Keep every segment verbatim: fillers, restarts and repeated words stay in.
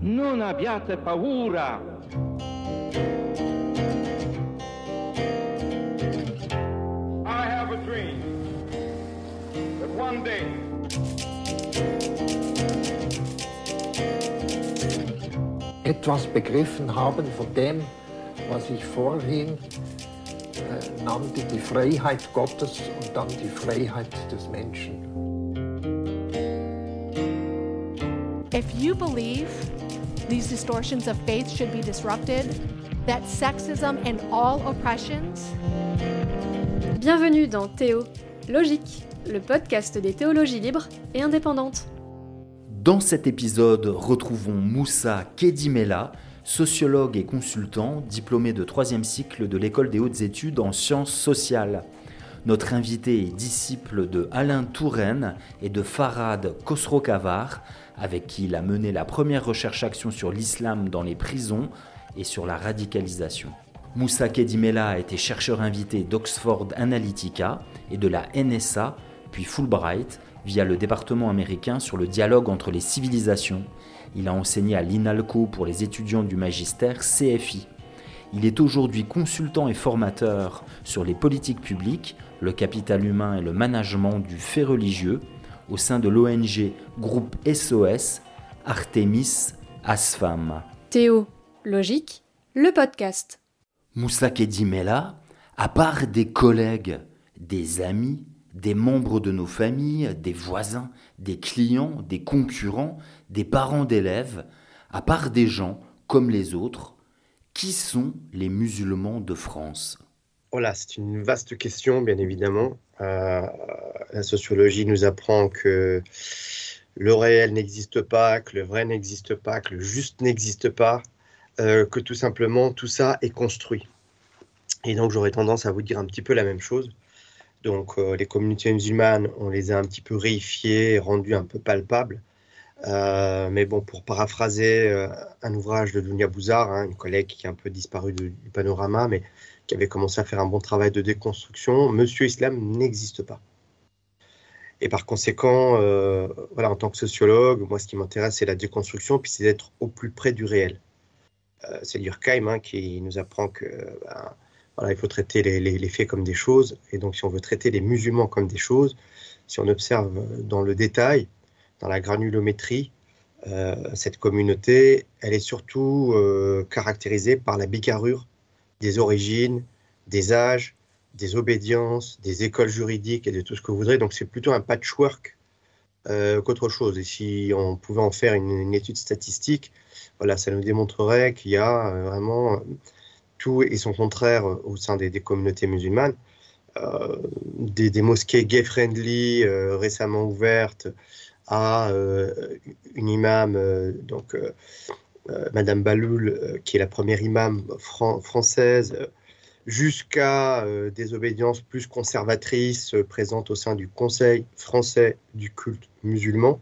Non abbiate paura. I have a dream that one day etwas begriffen haben von dem, was ich vorhin äh, nannte, die Freiheit Gottes und dann die Freiheit des Menschen. If you believe these distortions of faith should be disrupted, that sexism and all oppressions. Bienvenue dans Théo Logique, le podcast des théologies libres et indépendantes. Dans cet épisode, retrouvons Moussa Kedimela, sociologue et consultant, diplômé de troisième cycle de l'École des hautes études en sciences sociales. Notre invité est disciple de Alain Touraine et de Farhad Khosrow-Khavar, avec qui il a mené la première recherche-action sur l'islam dans les prisons et sur la radicalisation. Moussa Kedimela a été chercheur invité d'Oxford Analytica et de la N S A, puis Fulbright, via le département américain sur le dialogue entre les civilisations. Il a enseigné à l'INALCO pour les étudiants du magistère C F I. Il est aujourd'hui consultant et formateur sur les politiques publiques, le capital humain et le management du fait religieux au sein de l'O N G Groupe S O S Artemis Asfam. Théo Logique, le podcast. Moussa Kedimela, à part des collègues, des amis, des membres de nos familles, des voisins, des clients, des concurrents, des parents d'élèves, à part des gens comme les autres, qui sont les musulmans de France ? Voilà, c'est une vaste question, bien évidemment. Euh, la sociologie nous apprend que le réel n'existe pas, que le vrai n'existe pas, que le juste n'existe pas, euh, que tout simplement tout ça est construit. Et donc j'aurais tendance à vous dire un petit peu la même chose. Donc euh, les communautés musulmanes, on les a un petit peu réifiées, rendues un peu palpables. Euh, mais bon, pour paraphraser euh, un ouvrage de Dounia Bouzar, hein, une collègue qui est un peu disparue du, du panorama, mais qui avait commencé à faire un bon travail de déconstruction, Monsieur Islam n'existe pas. Et par conséquent, euh, voilà, en tant que sociologue, moi ce qui m'intéresse c'est la déconstruction, puis c'est d'être au plus près du réel. Euh, c'est Durkheim hein, qui nous apprend que ben, voilà, il faut traiter les, les, les faits comme des choses, et donc si on veut traiter les musulmans comme des choses, si on observe dans le détail, dans la granulométrie, euh, cette communauté, elle est surtout euh, caractérisée par la bigarrure des origines, des âges, des obédiences, des écoles juridiques et de tout ce que vous voudrez. Donc c'est plutôt un patchwork euh, qu'autre chose. Et si on pouvait en faire une, une étude statistique, voilà, ça nous démontrerait qu'il y a euh, vraiment tout et son contraire au sein des, des communautés musulmanes. Euh, des, des mosquées gay-friendly euh, récemment ouvertes à euh, une imam, euh, donc euh, euh, Madame Baloul, euh, qui est la première imam fran- française, euh, jusqu'à euh, des obédiences plus conservatrices euh, présentes au sein du Conseil français du culte musulman.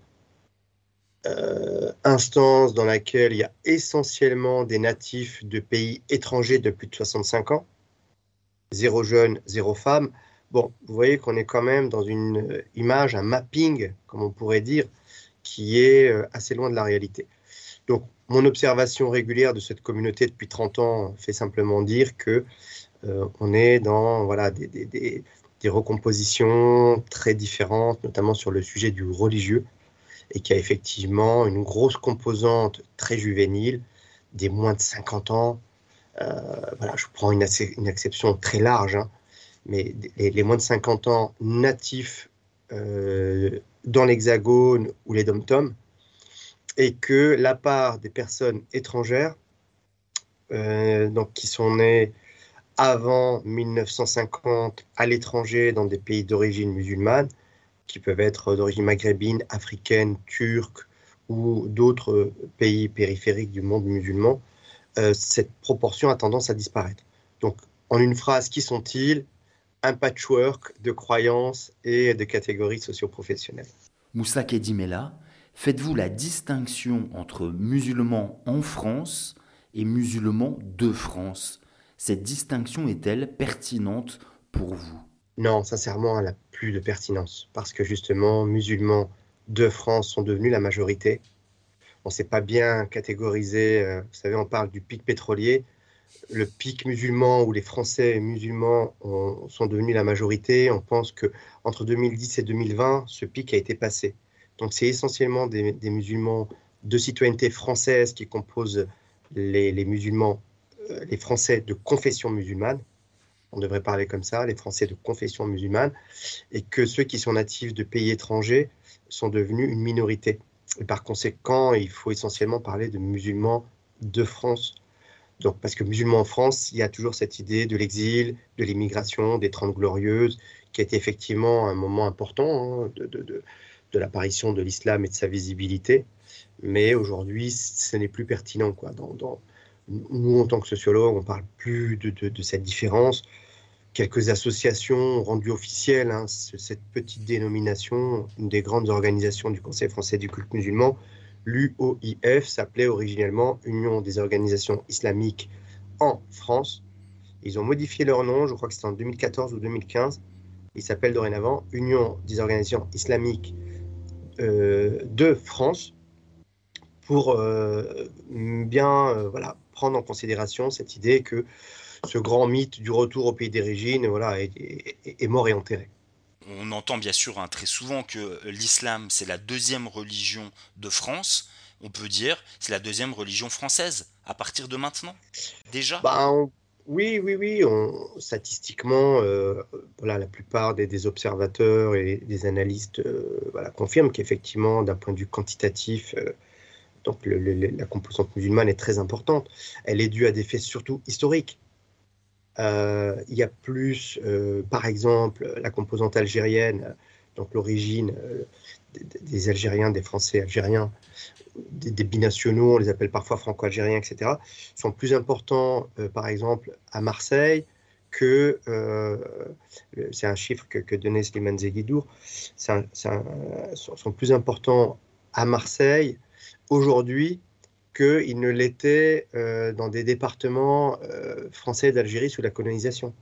Euh, instance dans laquelle il y a essentiellement des natifs de pays étrangers de plus de soixante-cinq ans, zéro jeune, zéro femme. Bon, vous voyez qu'on est quand même dans une image, un mapping, comme on pourrait dire, qui est assez loin de la réalité. Donc, mon observation régulière de cette communauté depuis trente ans fait simplement dire que euh, on est dans voilà, des, des, des, des recompositions très différentes, notamment sur le sujet du religieux, et qui a effectivement une grosse composante très juvénile, des moins de cinquante ans. Euh, voilà, je prends une, une exception très large, hein, mais les, les moins de cinquante ans natifs euh, dans l'Hexagone ou les dom-toms, et que la part des personnes étrangères, euh, donc qui sont nées avant mille neuf cent cinquante à l'étranger dans des pays d'origine musulmane, qui peuvent être d'origine maghrébine, africaine, turque ou d'autres pays périphériques du monde musulman, euh, cette proportion a tendance à disparaître. Donc, en une phrase, qui sont-ils ? Un patchwork de croyances et de catégories socio-professionnelles. Moussa Kedimela, faites-vous la distinction entre musulmans en France et musulmans de France ? Cette distinction est-elle pertinente pour vous ? Non, sincèrement, elle n'a plus de pertinence, parce que justement, musulmans de France sont devenus la majorité. on ne sait pas bien catégoriser. Euh, vous savez, on parle du pic pétrolier. Le pic musulman où les Français musulmans ont, sont devenus la majorité, on pense qu'entre deux mille dix et deux mille vingt, ce pic a été passé. Donc c'est essentiellement des, des musulmans de citoyenneté française qui composent les, les musulmans, euh, les Français de confession musulmane. On devrait parler comme ça, les Français de confession musulmane, et que ceux qui sont natifs de pays étrangers sont devenus une minorité. Et par conséquent, il faut essentiellement parler de musulmans de France. Donc, parce que musulmans en France, il y a toujours cette idée de l'exil, de l'immigration, des Trente Glorieuses, qui a été effectivement un moment important hein, de, de, de, de l'apparition de l'islam et de sa visibilité. Mais aujourd'hui, ce n'est plus pertinent, quoi. Dans, dans, nous, en tant que sociologues, on ne parle plus de, de, de cette différence. Quelques associations ont rendu officielle hein, cette petite dénomination, une des grandes organisations du Conseil français du culte musulman, l'U O I F, s'appelait originellement Union des organisations islamiques en France. Ils ont modifié leur nom, je crois que c'était en deux mille quatorze ou deux mille quinze. Ils s'appellent dorénavant Union des organisations islamiques euh, de France pour euh, bien euh, voilà, prendre en considération cette idée que ce grand mythe du retour au pays d'origine voilà, est, est, est mort et enterré. On entend bien sûr hein, très souvent que l'islam, c'est la deuxième religion de France. On peut dire c'est la deuxième religion française à partir de maintenant, déjà bah, on, Oui, oui, oui. On, statistiquement, euh, voilà, la plupart des, des observateurs et des analystes euh, voilà, confirment qu'effectivement, d'un point de vue quantitatif, euh, donc le, le, la composante musulmane est très importante. Elle est due à des faits surtout historiques. Euh, il y a plus, euh, par exemple, la composante algérienne, donc l'origine euh, des, des Algériens, des Français algériens, des, des binationaux, on les appelle parfois franco-algériens, et cetera, sont plus importants, euh, par exemple, à Marseille que, euh, c'est un chiffre que, que donnait Slimane Zeguidour, c'est un, c'est un, sont, sont plus importants à Marseille aujourd'hui qu'ils ne l'étaient euh, dans des départements euh, français d'Algérie sous la colonisation.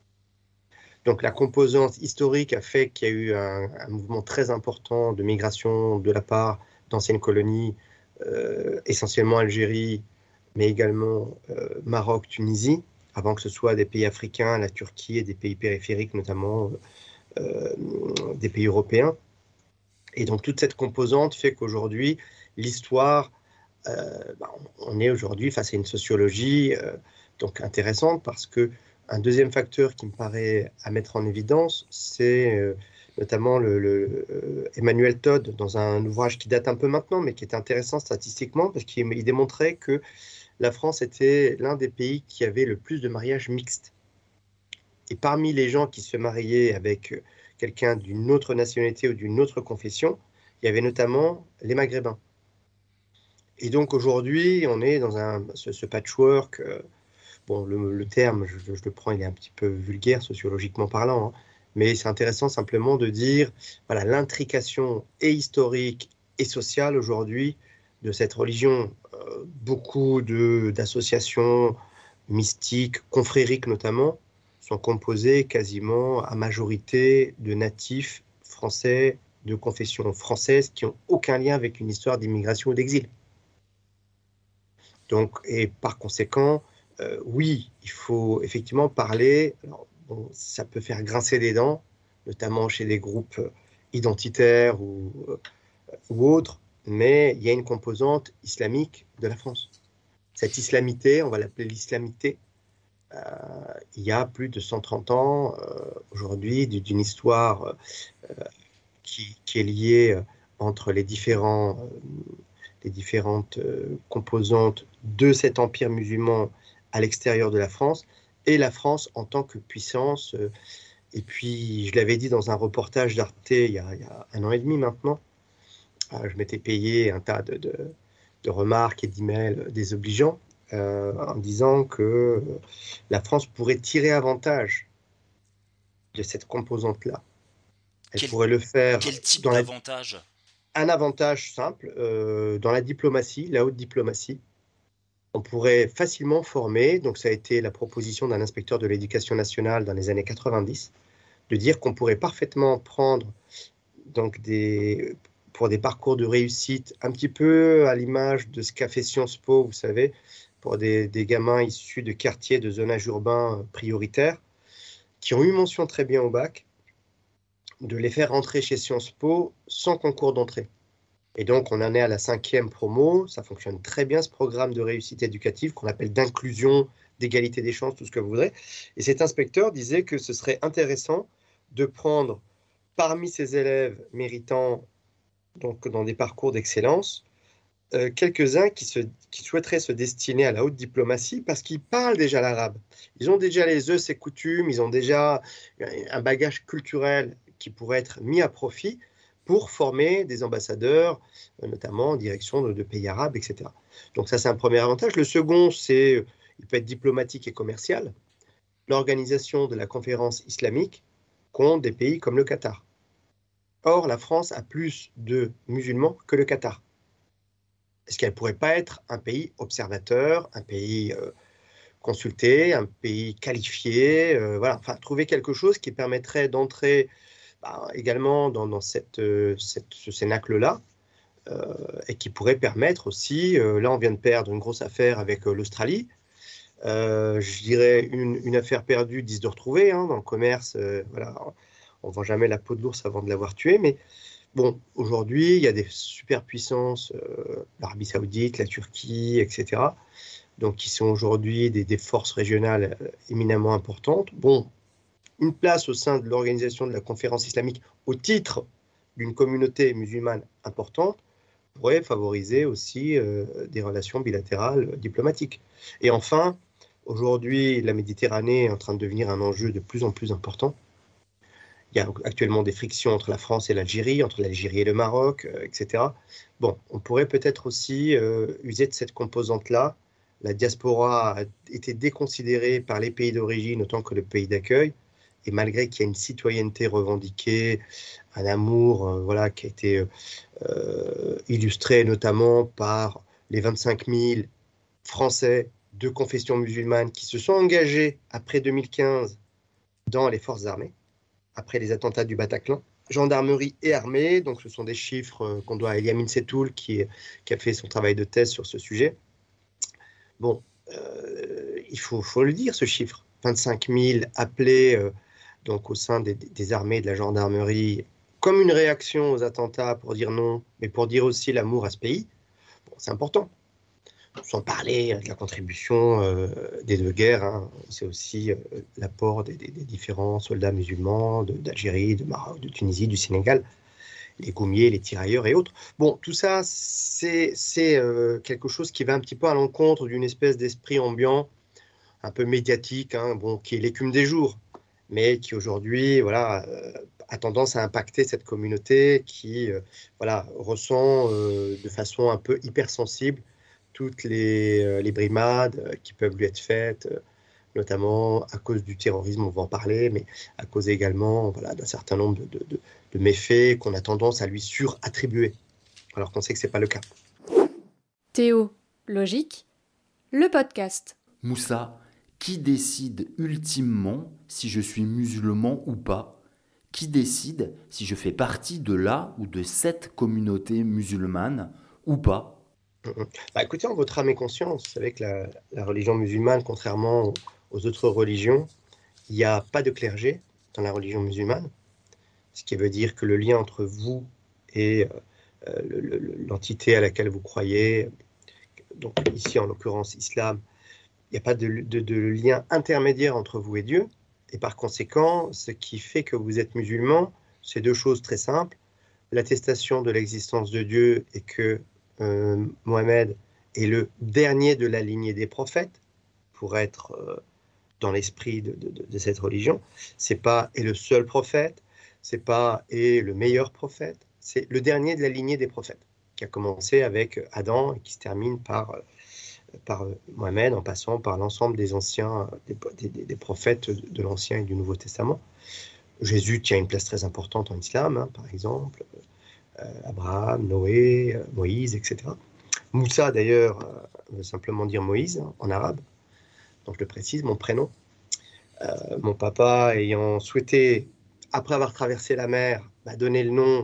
Donc la composante historique a fait qu'il y a eu un, un mouvement très important de migration de la part d'anciennes colonies, euh, essentiellement Algérie, mais également euh, Maroc, Tunisie, avant que ce soit des pays africains, la Turquie et des pays périphériques, notamment euh, des pays européens. Et donc toute cette composante fait qu'aujourd'hui, l'histoire Euh, bah, on est aujourd'hui face à une sociologie euh, donc intéressante parce que un deuxième facteur qui me paraît à mettre en évidence, c'est euh, notamment le, le, euh, Emmanuel Todd dans un ouvrage qui date un peu maintenant, mais qui est intéressant statistiquement parce qu'il il démontrait que la France était l'un des pays qui avait le plus de mariages mixtes. Et parmi les gens qui se mariaient avec quelqu'un d'une autre nationalité ou d'une autre confession, il y avait notamment les Maghrébins. Et donc aujourd'hui, on est dans un, ce, ce patchwork. Euh, bon, le, le terme, je, je le prends, il est un petit peu vulgaire sociologiquement parlant, hein, mais c'est intéressant simplement de dire voilà, l'intrication et historique et sociale aujourd'hui de cette religion. Euh, beaucoup de, d'associations mystiques, confrériques notamment, sont composées quasiment à majorité de natifs français de confession française qui n'ont aucun lien avec une histoire d'immigration ou d'exil. Donc, et par conséquent, euh, oui, il faut effectivement parler. Alors, bon, ça peut faire grincer des dents, notamment chez des groupes identitaires ou, euh, ou autres, mais il y a une composante islamique de la France. Cette islamité, on va l'appeler l'islamité, euh, il y a plus de cent trente ans euh, aujourd'hui d'une histoire euh, qui, qui est liée entre les différents... Euh, les différentes euh, composantes de cet empire musulman à l'extérieur de la France, et la France en tant que puissance. Euh, et puis, je l'avais dit dans un reportage d'Arte il y a, il y a un an et demi maintenant, euh, je m'étais payé un tas de, de, de remarques et d'emails désobligeants euh, en disant que euh, la France pourrait tirer avantage de cette composante-là. Elle quel, pourrait le faire... Quel type dans d'avantage ? La... Un avantage simple, euh, dans la diplomatie, la haute diplomatie, on pourrait facilement former, donc ça a été la proposition d'un inspecteur de l'éducation nationale dans les années quatre-vingt-dix, de dire qu'on pourrait parfaitement prendre donc des, pour des parcours de réussite, un petit peu à l'image de ce qu'a fait Sciences Po, vous savez, pour des, des gamins issus de quartiers de zonage urbain prioritaire, qui ont eu mention très bien au bac, de les faire rentrer chez Sciences Po sans concours d'entrée. Et donc, on en est à la cinquième promo. Ça fonctionne très bien, ce programme de réussite éducative qu'on appelle d'inclusion, d'égalité des chances, tout ce que vous voudrez. Et cet inspecteur disait que ce serait intéressant de prendre parmi ces élèves méritants, donc dans des parcours d'excellence, euh, quelques-uns qui, se, qui souhaiteraient se destiner à la haute diplomatie parce qu'ils parlent déjà l'arabe. Ils ont déjà les us et coutumes, ils ont déjà un bagage culturel qui pourrait être mis à profit pour former des ambassadeurs, notamment en direction de, de pays arabes, et cetera. Donc ça, c'est un premier avantage. Le second, c'est, il peut être diplomatique et commercial. L'organisation de la conférence islamique compte des pays comme le Qatar. Or, la France a plus de musulmans que le Qatar. Est-ce qu'elle ne pourrait pas être un pays observateur, un pays euh, consulté, un pays qualifié, euh, voilà, enfin, trouver quelque chose qui permettrait d'entrer bah, également dans, dans cette, euh, cette, ce cénacle-là, euh, et qui pourrait permettre aussi, euh, là on vient de perdre une grosse affaire avec euh, l'Australie, euh, je dirais une, une affaire perdue, dix de retrouver, hein, dans le commerce, euh, voilà, on ne vend jamais la peau de l'ours avant de l'avoir tué, mais bon, aujourd'hui, il y a des superpuissances, euh, l'Arabie Saoudite, la Turquie, et cetera, donc qui sont aujourd'hui des, des forces régionales euh, éminemment importantes. Bon, une place au sein de l'organisation de la conférence islamique au titre d'une communauté musulmane importante pourrait favoriser aussi euh, des relations bilatérales euh, diplomatiques. Et enfin, aujourd'hui, la Méditerranée est en train de devenir un enjeu de plus en plus important. Il y a actuellement des frictions entre la France et l'Algérie, entre l'Algérie et le Maroc, euh, et cetera. Bon, on pourrait peut-être aussi euh, user de cette composante-là. La diaspora a été déconsidérée par les pays d'origine autant que le pays d'accueil. Et malgré qu'il y a une citoyenneté revendiquée, un amour euh, voilà, qui a été euh, illustré notamment par les vingt-cinq mille Français de confession musulmane qui se sont engagés après deux mille quinze dans les forces armées, après les attentats du Bataclan, gendarmerie et armée. Donc ce sont des chiffres qu'on doit à Eliamine Setoul qui, qui a fait son travail de thèse sur ce sujet. Bon, euh, il faut, faut le dire, ce chiffre. vingt-cinq mille appelés euh, donc au sein des, des armées et de la gendarmerie comme une réaction aux attentats pour dire non, mais pour dire aussi l'amour à ce pays. Bon, c'est important. Sans parler de la contribution euh, des deux guerres, hein. C'est aussi euh, l'apport des, des, des différents soldats musulmans de, d'Algérie, de Maroc, de Tunisie, du Sénégal, les goumiers, les tirailleurs et autres. Bon, tout ça, c'est, c'est euh, quelque chose qui va un petit peu à l'encontre d'une espèce d'esprit ambiant, un peu médiatique, hein, bon, qui est l'écume des jours, mais qui aujourd'hui voilà, euh, a tendance à impacter cette communauté qui euh, voilà, ressent euh, de façon un peu hypersensible toutes les, euh, les brimades euh, qui peuvent lui être faites, euh, notamment à cause du terrorisme, on va en parler, mais à cause également voilà, d'un certain nombre de, de, de, de méfaits qu'on a tendance à lui surattribuer, alors qu'on sait que ce n'est pas le cas. Théo, logique, le podcast. Moussa, qui décide ultimement si je suis musulman ou pas ? Qui décide si je fais partie de la ou de cette communauté musulmane ou pas ? Bah, écoutez, en votre âme et conscience, vous savez que la, la religion musulmane, contrairement aux, aux autres religions, il n'y a pas de clergé dans la religion musulmane, ce qui veut dire que le lien entre vous et euh, le, le, l'entité à laquelle vous croyez, donc ici en l'occurrence islam, il n'y a pas de, de, de lien intermédiaire entre vous et Dieu, et par conséquent, ce qui fait que vous êtes musulman, c'est deux choses très simples, l'attestation de l'existence de Dieu et que Euh, Mohamed est le dernier de la lignée des prophètes, pour être euh, dans l'esprit de, de, de cette religion. C'est pas est le seul prophète, c'est pas est le meilleur prophète, c'est le dernier de la lignée des prophètes, qui a commencé avec Adam et qui se termine par, euh, par Mohamed, en passant par l'ensemble des anciens, des, des, des prophètes de l'Ancien et du Nouveau Testament. Jésus tient une place très importante en islam, hein, par exemple. Euh, Abraham, Noé, euh, Moïse, et cetera. Moussa, d'ailleurs, euh, veut simplement dire Moïse hein, en arabe. Donc, je le précise, mon prénom. Euh, mon papa ayant souhaité, après avoir traversé la mer, bah, donner le nom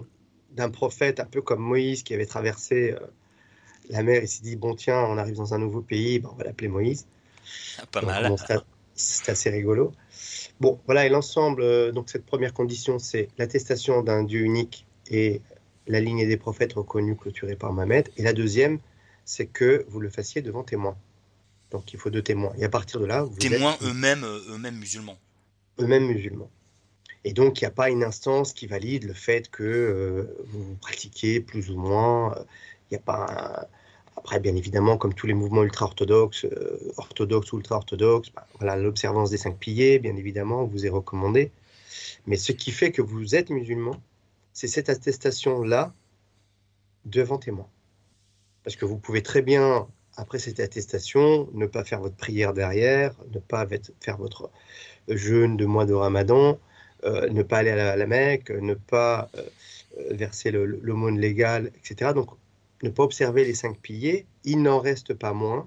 d'un prophète, un peu comme Moïse qui avait traversé euh, la mer et s'est dit, bon tiens, on arrive dans un nouveau pays, ben, on va l'appeler Moïse. Pas donc, mal. Bon, c'est, c'est assez rigolo. Bon, voilà, et l'ensemble, euh, donc cette première condition, c'est l'attestation d'un Dieu unique et la lignée des prophètes reconnus, clôturée par Mahomet. Et la deuxième, c'est que vous le fassiez devant témoins. Donc il faut deux témoins. Et à partir de là, vous témoins êtes eux-mêmes, eux-mêmes musulmans. Eux-mêmes musulmans. Et donc il n'y a pas une instance qui valide le fait que euh, vous pratiquiez plus ou moins. Il n'y a pas un... Après, bien évidemment, comme tous les mouvements ultra-orthodoxes, euh, orthodoxes ou ultra-orthodoxes, bah, voilà, l'observance des cinq piliers, bien évidemment, vous est recommandée. Mais ce qui fait que vous êtes musulman, c'est cette attestation-là devant témoin. Parce que vous pouvez très bien, après cette attestation, ne pas faire votre prière derrière, ne pas faire votre jeûne de mois de Ramadan, euh, ne pas aller à la, à la Mecque, ne pas euh, verser le, l'aumône légale, et cetera. Donc, ne pas observer les cinq piliers, il n'en reste pas moins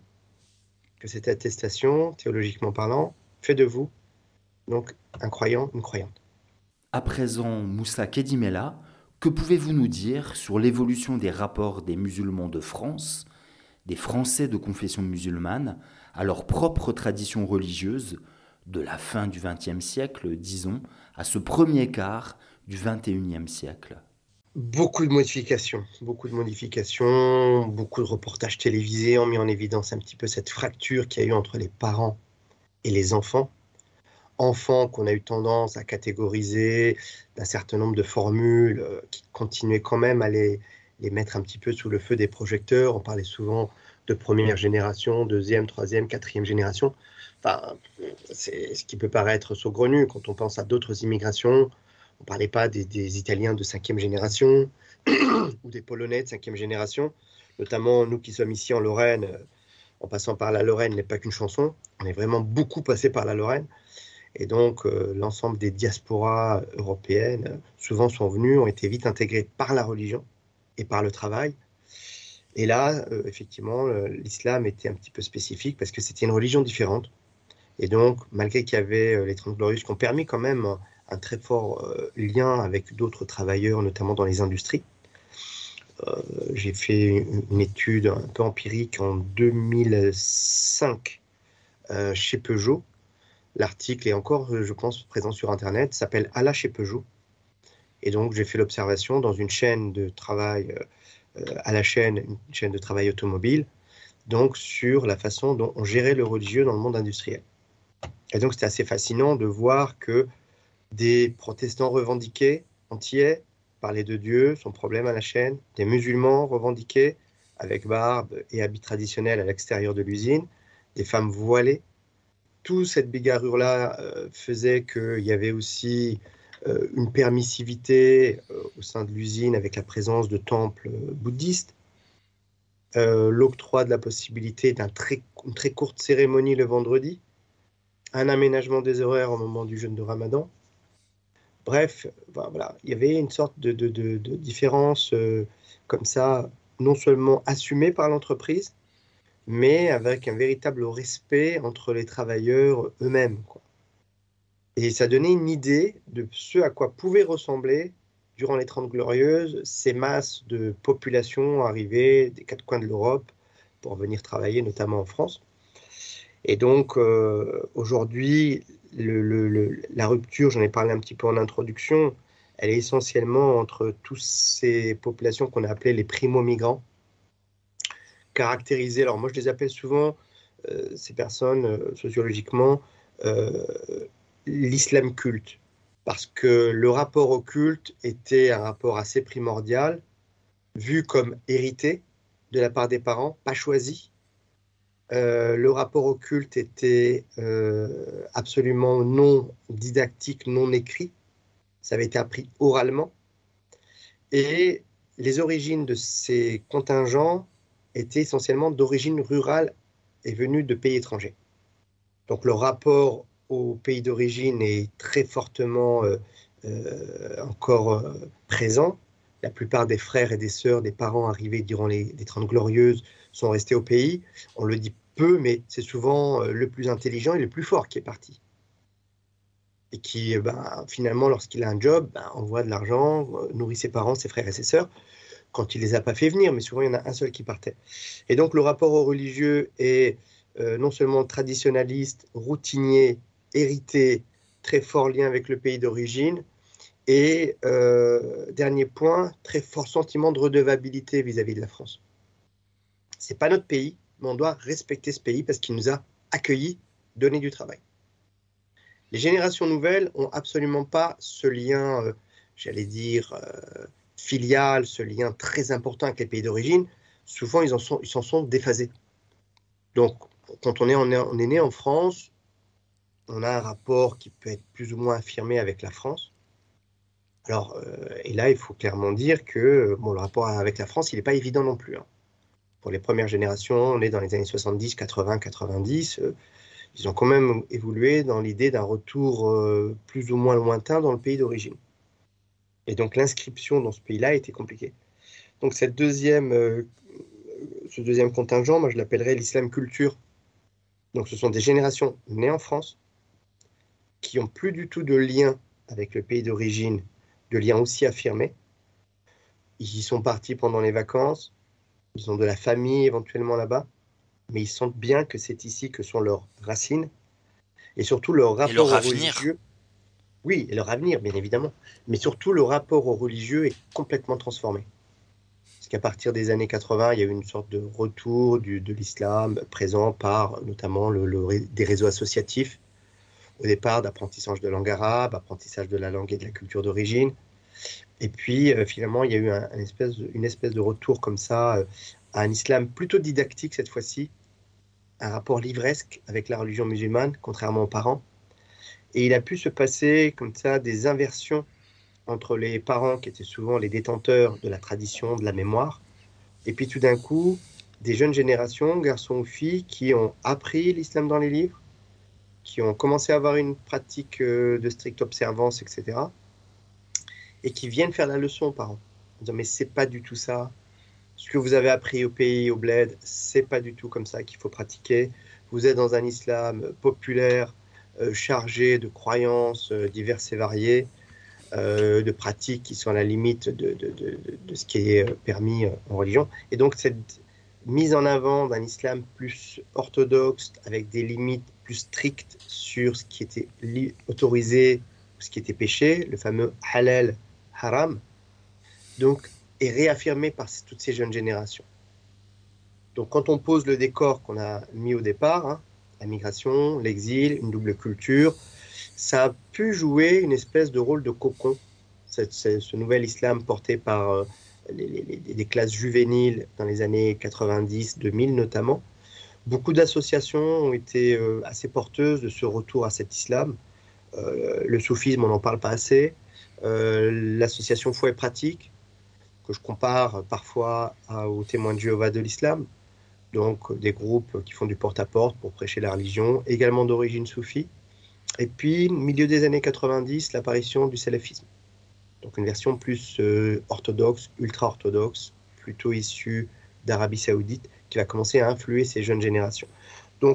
que cette attestation, théologiquement parlant, fait de vous donc un croyant, une croyante. À présent, Moussa Kedimela, que pouvez-vous nous dire sur l'évolution des rapports des musulmans de France, des Français de confession musulmane, à leur propre tradition religieuse, de la fin du vingtième siècle, disons, à ce premier quart du vingt et unième siècle? Beaucoup de modifications, beaucoup de modifications, beaucoup de reportages télévisés ont mis en évidence un petit peu cette fracture qu'il y a eu entre les parents et les enfants. Enfants qu'on a eu tendance à catégoriser d'un certain nombre de formules euh, qui continuaient quand même à les, les mettre un petit peu sous le feu des projecteurs. On parlait souvent de première génération, deuxième, troisième, quatrième génération. Enfin, c'est ce qui peut paraître saugrenu quand on pense à d'autres immigrations. On ne parlait pas des, des Italiens de cinquième génération ou des Polonais de cinquième génération. Notamment, nous qui sommes ici en Lorraine, en passant par la Lorraine n'est pas qu'une chanson. On est vraiment beaucoup passé par la Lorraine. Et donc, euh, l'ensemble des diasporas européennes, euh, souvent sont venues, ont été vite intégrées par la religion et par le travail. Et là, euh, effectivement, euh, l'islam était un petit peu spécifique parce que c'était une religion différente. Et donc, malgré qu'il y avait euh, les Trente Glorieuses qui ont permis quand même un, un très fort euh, lien avec d'autres travailleurs, notamment dans les industries, euh, j'ai fait une, une étude un peu empirique en deux mille cinq euh, chez Peugeot. L'article est encore, je pense, présent sur Internet, s'appelle « Allah chez Peugeot ». Et donc, j'ai fait l'observation dans une chaîne de travail, euh, à la chaîne, une chaîne de travail automobile, donc sur la façon dont on gérait le religieux dans le monde industriel. Et donc, c'était assez fascinant de voir que des protestants revendiqués, entiers, parlaient de Dieu, son problème à la chaîne, des musulmans revendiqués, avec barbe et habits traditionnels à l'extérieur de l'usine, des femmes voilées. Toute cette bigarrure-là euh, faisait qu'il y avait aussi euh, une permissivité euh, au sein de l'usine avec la présence de temples euh, bouddhistes, euh, l'octroi de la possibilité d'une très, très courte cérémonie le vendredi, un aménagement des horaires au moment du jeûne de Ramadan. Bref, voilà, il y avait une sorte de, de, de, de différence euh, comme ça, non seulement assumée par l'entreprise, mais avec un véritable respect entre les travailleurs eux-mêmes, quoi. Et ça donnait une idée de ce à quoi pouvaient ressembler, durant les Trente Glorieuses, ces masses de population arrivées des quatre coins de l'Europe pour venir travailler, notamment en France. Et donc, euh, aujourd'hui, le, le, le, la rupture, j'en ai parlé un petit peu en introduction, elle est essentiellement entre toutes ces populations qu'on a appelées les primo-migrants, caractérisés, alors moi je les appelle souvent, euh, ces personnes, euh, sociologiquement, euh, l'islam culte, parce que le rapport au culte était un rapport assez primordial, vu comme hérité de la part des parents, pas choisi. Euh, le rapport au culte était euh, absolument non didactique, non écrit, ça avait été appris oralement, et les origines de ces contingents étaient essentiellement d'origine rurale et venues de pays étrangers. Donc le rapport au pays d'origine est très fortement euh, euh, encore euh, présent. La plupart des frères et des sœurs des parents arrivés durant les, les Trente Glorieuses sont restés au pays. On le dit peu, mais c'est souvent euh, le plus intelligent et le plus fort qui est parti. et qui, ben, finalement, lorsqu'il a un job, ben, envoie de l'argent, nourrit ses parents, ses frères et ses sœurs, quand il ne les a pas fait venir, mais souvent il y en a un seul qui partait. Et donc le rapport au religieux est euh, non seulement traditionnaliste, routinier, hérité, très fort lien avec le pays d'origine, et euh, dernier point, très fort sentiment de redevabilité vis-à-vis de la France. Ce n'est pas notre pays, mais on doit respecter ce pays parce qu'il nous a accueillis, donné du travail. Les générations nouvelles n'ont absolument pas ce lien, euh, j'allais dire, euh, filial, ce lien très important avec les pays d'origine. Souvent, ils en sont, ils s'en sont déphasés. Donc, quand on est, on est, on est né en France, on a un rapport qui peut être plus ou moins affirmé avec la France. Alors, euh, et là, il faut clairement dire que bon, le rapport avec la France, il n'est pas évident non plus. Hein. Pour les premières générations, on est dans les années soixante-dix, quatre-vingts, quatre-vingt-dix. Euh, ils ont quand même évolué dans l'idée d'un retour euh, plus ou moins lointain dans le pays d'origine. Et donc, l'inscription dans ce pays-là a été compliquée. Donc, cette deuxième, euh, ce deuxième contingent, moi, je l'appellerais l'islam culture. Donc, ce sont des générations nées en France qui n'ont plus du tout de lien avec le pays d'origine, de lien aussi affirmé. Ils y sont partis pendant les vacances, ils ont de la famille éventuellement là-bas, mais ils sentent bien que c'est ici que sont leurs racines, et surtout leur rapport et leur au avenir. religieux. Oui, et leur avenir, bien évidemment, mais surtout le rapport au religieux est complètement transformé. Parce qu'à partir des années quatre-vingts, il y a eu une sorte de retour du, de l'islam présent par notamment le, le, des réseaux associatifs, au départ d'apprentissage de langue arabe, apprentissage de la langue et de la culture d'origine. Et puis, euh, finalement, il y a eu un, un espèce de, une espèce de retour comme ça euh, à un islam plutôt didactique cette fois-ci, un rapport livresque avec la religion musulmane, contrairement aux parents. Et il a pu se passer comme ça des inversions entre les parents qui étaient souvent les détenteurs de la tradition, de la mémoire, et puis tout d'un coup, des jeunes générations, garçons ou filles, qui ont appris l'islam dans les livres, qui ont commencé à avoir une pratique de stricte observance, et cetera, et qui viennent faire la leçon aux parents, en disant « mais c'est pas du tout ça, ce que vous avez appris au pays, au bled, c'est pas du tout comme ça qu'il faut pratiquer, vous êtes dans un islam populaire, euh, chargé de croyances euh, diverses et variées, euh, de pratiques qui sont à la limite de, de, de, de ce qui est permis en religion ». Et donc cette mise en avant d'un islam plus orthodoxe, avec des limites plus strictes sur ce qui était li- autorisé, ce qui était péché, le fameux halal, haram, donc est réaffirmé par toutes ces jeunes générations. Donc quand on pose le décor qu'on a mis au départ, hein, la migration, l'exil, une double culture, ça a pu jouer une espèce de rôle de cocon, cette, ce, ce nouvel islam porté par euh, les, les, les classes juvéniles dans les années quatre-vingt-dix deux mille notamment. Beaucoup d'associations ont été euh, assez porteuses de ce retour à cet islam. Euh, le soufisme, on n'en parle pas assez. Euh, l'association Foi et Pratique, que je compare parfois à, aux témoins de Jéhovah de l'islam, donc des groupes qui font du porte-à-porte pour prêcher la religion, également d'origine soufie. Et puis, au milieu des années quatre-vingt-dix, l'apparition du salafisme. Donc une version plus euh, orthodoxe, ultra-orthodoxe, plutôt issue d'Arabie Saoudite, qui va commencer à influer ces jeunes générations. Donc,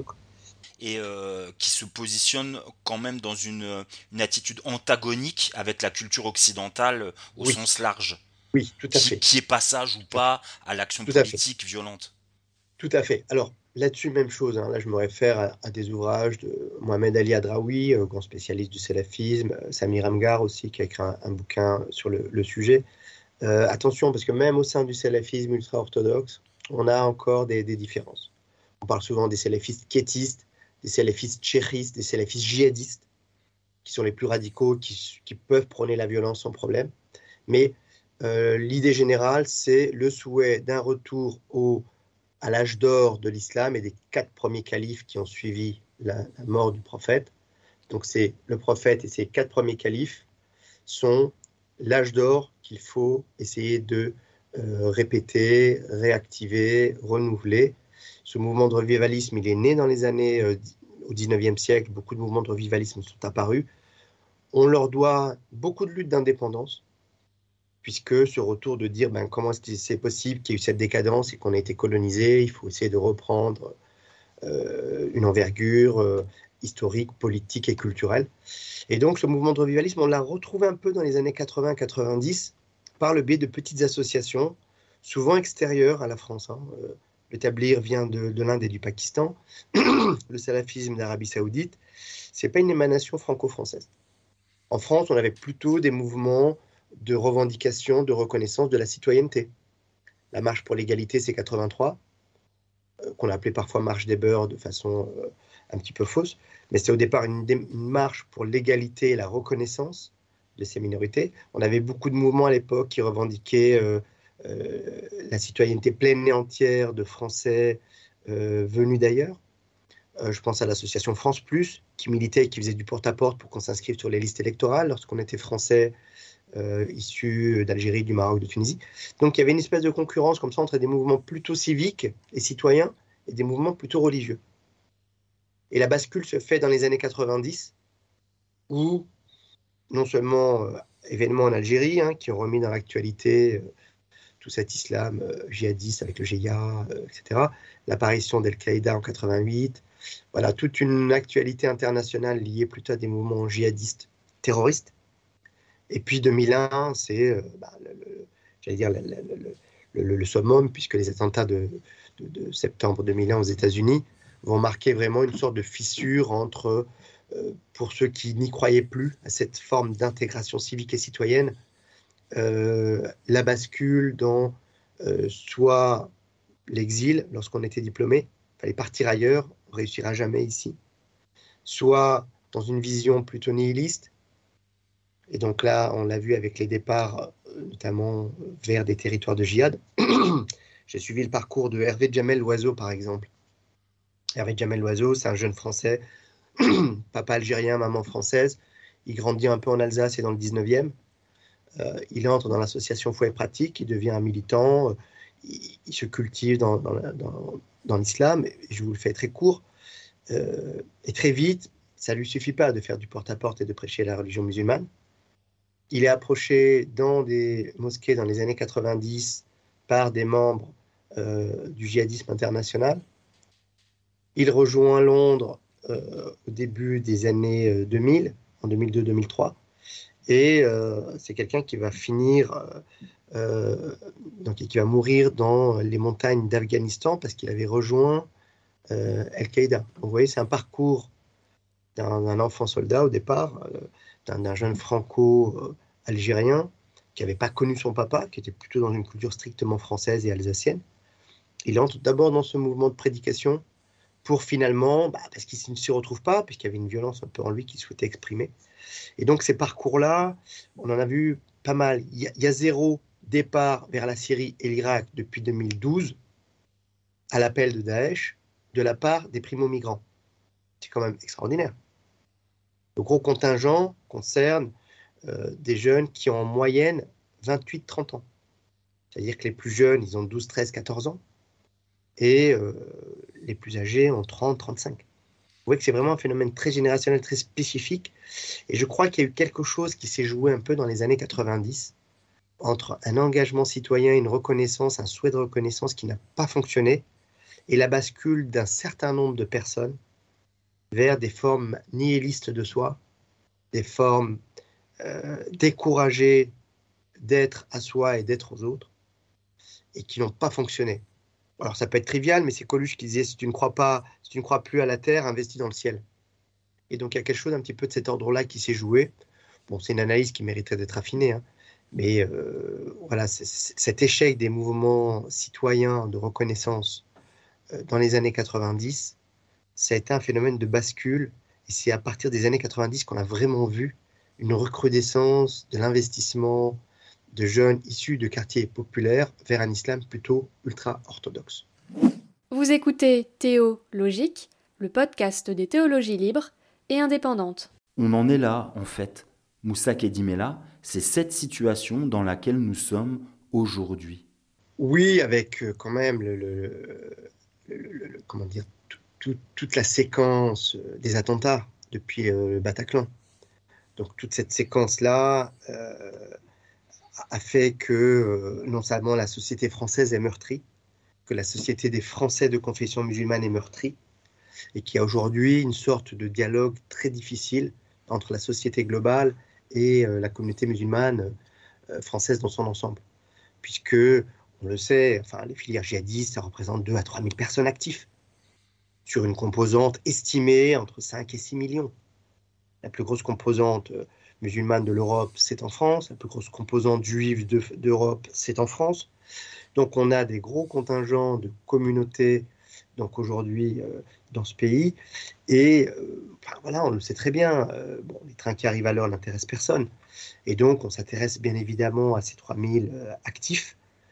et euh, qui se positionne quand même dans une, une attitude antagonique avec la culture occidentale au oui. sens large. Oui, tout à qui, fait. Qui est passage ou pas à l'action tout politique violente. Tout à fait. Alors, là-dessus, même chose. Hein. Là, je me réfère à, à des ouvrages de Mohamed Ali Adraoui, euh, grand spécialiste du salafisme, euh, Samir Amgar aussi, qui a écrit un, un bouquin sur le, le sujet. Euh, attention, parce que même au sein du salafisme ultra-orthodoxe, on a encore des, des différences. On parle souvent des salafistes quiétistes, des salafistes tchéchistes, des salafistes djihadistes, qui sont les plus radicaux, qui, qui peuvent prôner la violence sans problème. Mais euh, l'idée générale, c'est le souhait d'un retour au, à l'âge d'or de l'islam et des quatre premiers califes qui ont suivi la, la mort du prophète. Donc c'est le prophète et ses quatre premiers califes sont l'âge d'or qu'il faut essayer de euh, répéter, réactiver, renouveler. Ce mouvement de revivalisme, il est né dans les années euh, au dix-neuvième siècle. Beaucoup de mouvements de revivalisme sont apparus. On leur doit beaucoup de luttes d'indépendance, puisque ce retour de dire ben, comment est-ce que c'est possible qu'il y ait eu cette décadence et qu'on ait été colonisé, il faut essayer de reprendre euh, une envergure, euh, historique, politique et culturel. Et donc, ce mouvement de revivalisme, on l'a retrouvé un peu dans les années quatre-vingts quatre-vingt-dix par le biais de petites associations, souvent extérieures à la France. Hein. Le Tabligh vient de, de l'Inde et du Pakistan. Le salafisme d'Arabie Saoudite, ce n'est pas une émanation franco-française. En France, on avait plutôt des mouvements de revendication, de reconnaissance de la citoyenneté. La marche pour l'égalité, c'est quatre-vingt-trois, euh, qu'on appelait parfois marche des beurs de façon euh, un petit peu fausse, mais c'était au départ une, dé- une marche pour l'égalité et la reconnaissance de ces minorités. On avait beaucoup de mouvements à l'époque qui revendiquaient euh, euh, la citoyenneté pleine et entière de Français euh, venus d'ailleurs. Euh, je pense à l'association France Plus, qui militait et qui faisait du porte-à-porte pour qu'on s'inscrive sur les listes électorales lorsqu'on était français euh, issus d'Algérie, du Maroc, de Tunisie. Donc il y avait une espèce de concurrence comme ça entre des mouvements plutôt civiques et citoyens et des mouvements plutôt religieux. Et la bascule se fait dans les années quatre-vingt-dix, où non seulement euh, événements en Algérie, hein, qui ont remis dans l'actualité euh, tout cet islam euh, djihadiste avec le G I A, euh, et cetera, l'apparition d'Al-Qaïda en quatre-vingt-huit, voilà, toute une actualité internationale liée plutôt à des mouvements djihadistes terroristes. Et puis deux mille un, c'est euh, bah, le, le, j'allais dire le, le, le, le, le summum, puisque les attentats de, de, de septembre deux mille un aux États-Unis vont marquer vraiment une sorte de fissure entre, euh, pour ceux qui n'y croyaient plus à cette forme d'intégration civique et citoyenne, euh, la bascule dans euh, soit l'exil lorsqu'on était diplômé, il fallait partir ailleurs, on ne réussira jamais ici, soit dans une vision plutôt nihiliste. Et donc là, on l'a vu avec les départs, notamment vers des territoires de djihad. J'ai suivi le parcours de Hervé Djamel Loiseau, par exemple. Hervé Djamel Loiseau, c'est un jeune Français, papa algérien, maman française. Il grandit un peu en Alsace et dans le dix-neuvième. Euh, il entre dans l'association Foi et Pratique, il devient un militant, il, il se cultive dans, dans, dans, dans l'islam. Et je vous le fais très court. Euh, et très vite, ça ne lui suffit pas de faire du porte-à-porte et de prêcher la religion musulmane. Il est approché dans des mosquées dans les années quatre-vingt-dix par des membres euh, du djihadisme international. Il rejoint Londres euh, au début des années euh, deux mille, en deux mille deux deux mille trois, et euh, c'est quelqu'un qui va finir, euh, euh, donc qui va mourir dans les montagnes d'Afghanistan parce qu'il avait rejoint euh, Al-Qaïda. Donc, vous voyez, c'est un parcours d'un, d'un enfant soldat au départ, euh, d'un, d'un jeune franco-algérien qui n'avait pas connu son papa, qui était plutôt dans une culture strictement française et alsacienne. Il entre d'abord dans ce mouvement de prédication pour finalement, bah, parce qu'il ne s'y retrouve pas, puisqu'il y avait une violence un peu en lui qu'il souhaitait exprimer. Et donc ces parcours-là, on en a vu pas mal. Il y a, il y a zéro départ vers la Syrie et l'Irak depuis deux mille douze, à l'appel de Daesh, de la part des primo-migrants. C'est quand même extraordinaire. Le gros contingent concerne euh, des jeunes qui ont en moyenne vingt-huit à trente ans. C'est-à-dire que les plus jeunes, ils ont douze, treize, quatorze ans. Et euh, les plus âgés ont trente, trente-cinq. Vous voyez que c'est vraiment un phénomène très générationnel, très spécifique. Et je crois qu'il y a eu quelque chose qui s'est joué un peu dans les années quatre-vingt-dix, entre un engagement citoyen, une reconnaissance, un souhait de reconnaissance qui n'a pas fonctionné, et la bascule d'un certain nombre de personnes vers des formes nihilistes de soi, des formes euh, découragées d'être à soi et d'être aux autres, et qui n'ont pas fonctionné. Alors ça peut être trivial, mais c'est Coluche qui disait « si tu ne crois pas, si tu ne crois plus à la terre, investis dans le ciel ». Et donc il y a quelque chose un petit peu de cet ordre-là qui s'est joué. Bon, c'est une analyse qui mériterait d'être affinée, hein. Mais euh, voilà, c'est, c'est, cet échec des mouvements citoyens de reconnaissance euh, dans les années quatre-vingt-dix, ça a été un phénomène de bascule. Et c'est à partir des années quatre-vingt-dix qu'on a vraiment vu une recrudescence de l'investissement de jeunes issus de quartiers populaires vers un islam plutôt ultra-orthodoxe. Vous écoutez Théo Logique, le podcast des théologies libres et indépendantes. On en est là, en fait. Moussa Kedimela, c'est cette situation dans laquelle nous sommes aujourd'hui. Oui, avec euh, quand même le, le, le, le, le comment dire, tout, tout, toute la séquence des attentats depuis euh, le Bataclan. Donc toute cette séquence-là euh, a fait que euh, non seulement la société française est meurtrie, que la société des Français de confession musulmane est meurtrie, et qu'il y a aujourd'hui une sorte de dialogue très difficile entre la société globale et euh, la communauté musulmane euh, française dans son ensemble. Puisque, on le sait, enfin, les filières djihadistes, ça représente deux à trois mille personnes actives, sur une composante estimée entre cinq et six millions. La plus grosse composante euh, musulmane de l'Europe, c'est en France. La plus grosse composante juive de, d'Europe, c'est en France. Donc on a des gros contingents de communautés donc aujourd'hui euh, dans ce pays. Et euh, enfin, voilà, on le sait très bien, euh, bon, les trains qui arrivent à l'heure n'intéressent personne. Et donc on s'intéresse bien évidemment à ces trois mille euh, actifs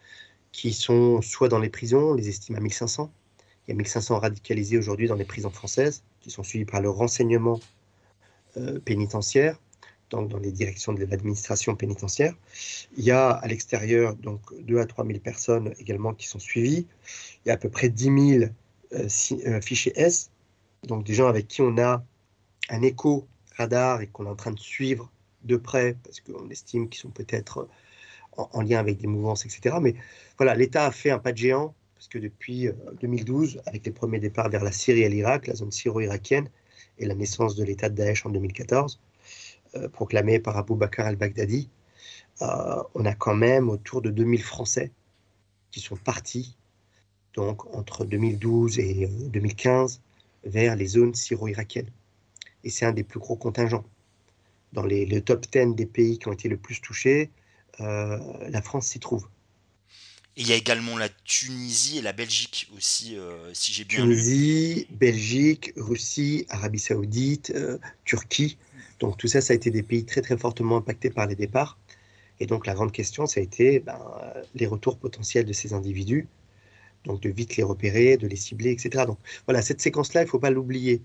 qui sont soit dans les prisons, on les estime à mille cinq cents. Il y a mille cinq cents radicalisés aujourd'hui dans les prisons françaises qui sont suivis par le renseignement euh, pénitentiaire, donc dans les directions de l'administration pénitentiaire. Il y a à l'extérieur donc deux à trois mille personnes également qui sont suivies. Il y a à peu près dix mille euh, si, euh, fichiers S, donc des gens avec qui on a un écho radar et qu'on est en train de suivre de près parce qu'on estime qu'ils sont peut-être en, en lien avec des mouvances, et cetera. Mais voilà, l'État a fait un pas de géant parce que depuis euh, deux mille douze, avec les premiers départs vers la Syrie et l'Irak, la zone syro-irakienne et la naissance de l'État de Daesh en deux mille quatorze, proclamé par Abou Bakr al-Baghdadi, euh, on a quand même autour de deux mille Français qui sont partis donc entre deux mille douze et deux mille quinze vers les zones syro-irakiennes. Et c'est un des plus gros contingents. Dans les, le top dix des pays qui ont été le plus touchés, euh, la France s'y trouve. Et il y a également la Tunisie et la Belgique aussi, euh, si j'ai bien Tunisie, lu. Belgique, Russie, Arabie Saoudite, euh, Turquie. Donc tout ça, ça a été des pays très très fortement impactés par les départs. Et donc la grande question, ça a été ben, les retours potentiels de ces individus, donc de vite les repérer, de les cibler, et cetera. Donc voilà, cette séquence-là, il ne faut pas l'oublier.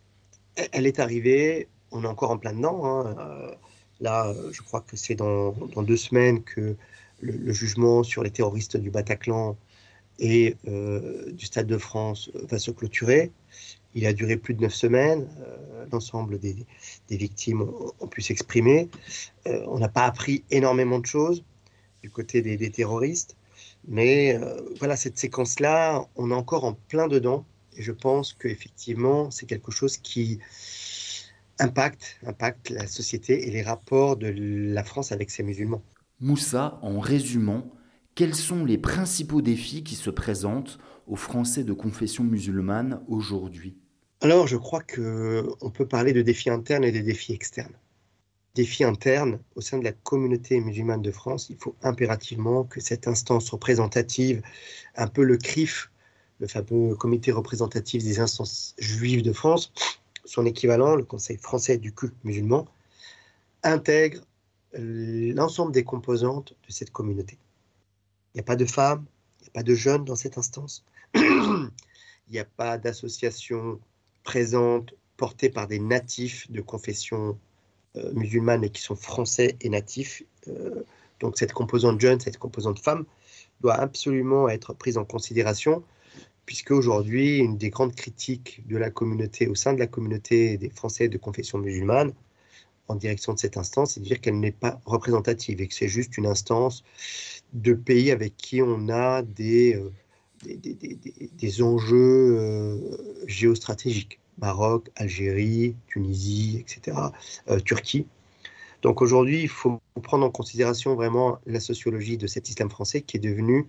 Elle est arrivée, on est encore en plein dedans. Hein. Euh, là, je crois que c'est dans, dans deux semaines que le, le jugement sur les terroristes du Bataclan et euh, du Stade de France va se clôturer. Il a duré plus de neuf semaines. Euh, l'ensemble des, des victimes ont, ont pu s'exprimer. Euh, on n'a pas appris énormément de choses du côté des, des terroristes. Mais euh, voilà, cette séquence-là, on est encore en plein dedans. Et je pense qu'effectivement, c'est quelque chose qui impacte, impacte la société et les rapports de la France avec ses musulmans. Moussa, en résumant, quels sont les principaux défis qui se présentent aux Français de confession musulmane aujourd'hui ? Alors, je crois qu'on peut parler de défis internes et de défis externes. Défis internes, au sein de la communauté musulmane de France, il faut impérativement que cette instance représentative, un peu le C R I F, le fameux comité représentatif des instances juives de France, son équivalent, le Conseil français du culte musulman, intègre l'ensemble des composantes de cette communauté. Il n'y a pas de femmes, il n'y a pas de jeunes dans cette instance, il n'y a pas d'association présente portée par des natifs de confession euh, musulmane et qui sont français et natifs. Euh, donc cette composante jeune, cette composante femme doit absolument être prise en considération, puisque aujourd'hui, une des grandes critiques de la communauté, au sein de la communauté des Français de confession musulmane, en direction de cette instance, c'est de dire qu'elle n'est pas représentative et que c'est juste une instance de pays avec qui on a des, euh, des, des, des, des enjeux euh, géostratégiques. Maroc, Algérie, Tunisie, et cetera, euh, Turquie. Donc aujourd'hui, il faut prendre en considération vraiment la sociologie de cet islam français qui est devenu,